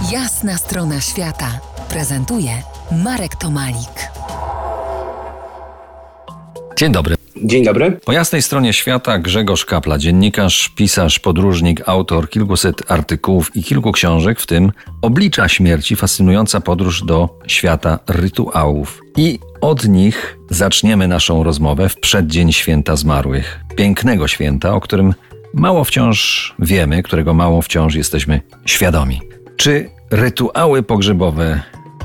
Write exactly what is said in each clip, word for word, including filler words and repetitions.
Jasna strona świata prezentuje Marek Tomalik. Dzień dobry. Dzień dobry. Po jasnej stronie świata Grzegorz Kapla, dziennikarz, pisarz, podróżnik, autor kilkuset artykułów i kilku książek, w tym Oblicza śmierci, fascynująca podróż do świata rytuałów. I od nich zaczniemy naszą rozmowę w przeddzień Święta Zmarłych. Pięknego święta, o którym mało wciąż wiemy, którego mało wciąż jesteśmy świadomi. Czy rytuały pogrzebowe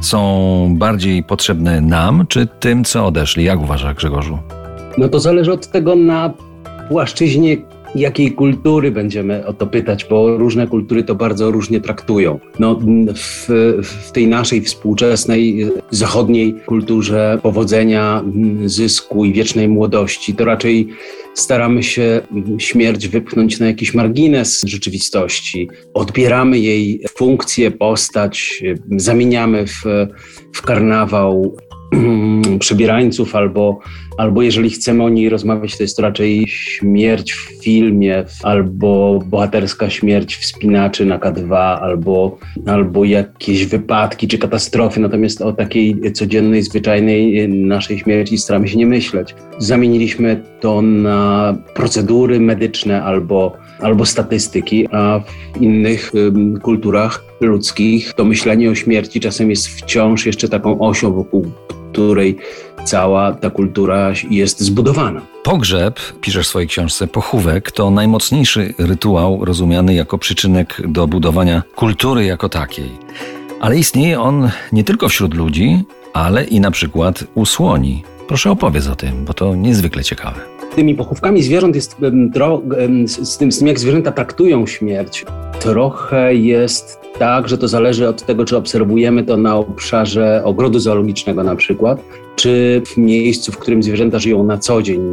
są bardziej potrzebne nam, czy tym, co odeszli? Jak uważa Grzegorzu? No to zależy od tego, na płaszczyźnie jakiej kultury będziemy o to pytać, bo różne kultury to bardzo różnie traktują. No, w, w tej naszej współczesnej, zachodniej kulturze powodzenia, zysku i wiecznej młodości, to raczej staramy się śmierć wypchnąć na jakiś margines rzeczywistości. Odbieramy jej funkcję, postać, zamieniamy w, w karnawał przebierańców, albo, albo jeżeli chcemy o niej rozmawiać, to jest to raczej śmierć w filmie, albo bohaterska śmierć wspinaczy na K dwa, albo, albo jakieś wypadki czy katastrofy. Natomiast o takiej codziennej, zwyczajnej naszej śmierci staramy się nie myśleć. Zamieniliśmy to na procedury medyczne albo, albo statystyki, a w innych um, kulturach ludzkich to myślenie o śmierci czasem jest wciąż jeszcze taką osią, wokół której cała ta kultura jest zbudowana. Pogrzeb, piszesz w swojej książce, pochówek to najmocniejszy rytuał rozumiany jako przyczynek do budowania kultury jako takiej. Ale istnieje on nie tylko wśród ludzi, ale i na przykład u słoni. Proszę opowiedz o tym, bo to niezwykle ciekawe. Tymi pochówkami zwierząt jest, tro, z, tym, z tym jak zwierzęta traktują śmierć, trochę jest tak, że to zależy od tego, czy obserwujemy to na obszarze ogrodu zoologicznego na przykład, czy w miejscu, w którym zwierzęta żyją na co dzień.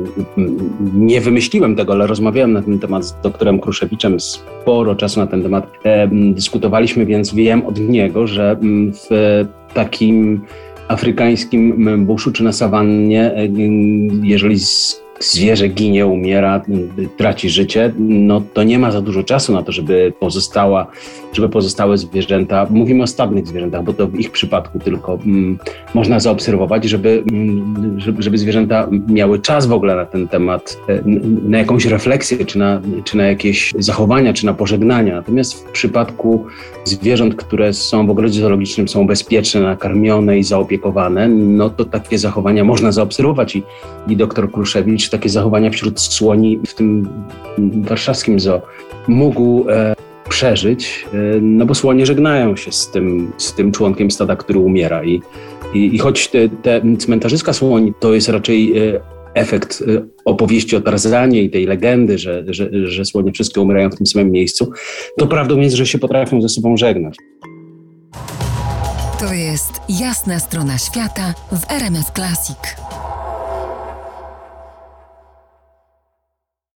Nie wymyśliłem tego, ale rozmawiałem na ten temat z doktorem Kruszewiczem, sporo czasu na ten temat e, dyskutowaliśmy, więc wiem od niego, że w takim afrykańskim buszu czy na sawannie, jeżeli zwierzę ginie, umiera, traci życie, no to nie ma za dużo czasu na to, żeby pozostała, żeby pozostałe zwierzęta, mówimy o stadnych zwierzętach, bo to w ich przypadku tylko mm, można zaobserwować, żeby, mm, żeby, żeby zwierzęta miały czas w ogóle na ten temat, na jakąś refleksję, czy na, czy na jakieś zachowania, czy na pożegnania. Natomiast w przypadku zwierząt, które są w ogrodzie zoologicznym, są bezpieczne, nakarmione i zaopiekowane, no to takie zachowania można zaobserwować i, i doktor Kruszewicz takie zachowania wśród słoni w tym warszawskim zoo mógł e, przeżyć, e, no bo słonie żegnają się z tym, z tym członkiem stada, który umiera. I, i, i choć te, te cmentarzyska słoni to jest raczej e, efekt e, opowieści o Tarzanie i tej legendy, że, że, że słonie wszystkie umierają w tym samym miejscu, to prawdą jest, że się potrafią ze sobą żegnać. To jest Jasna strona świata w R M F Classic.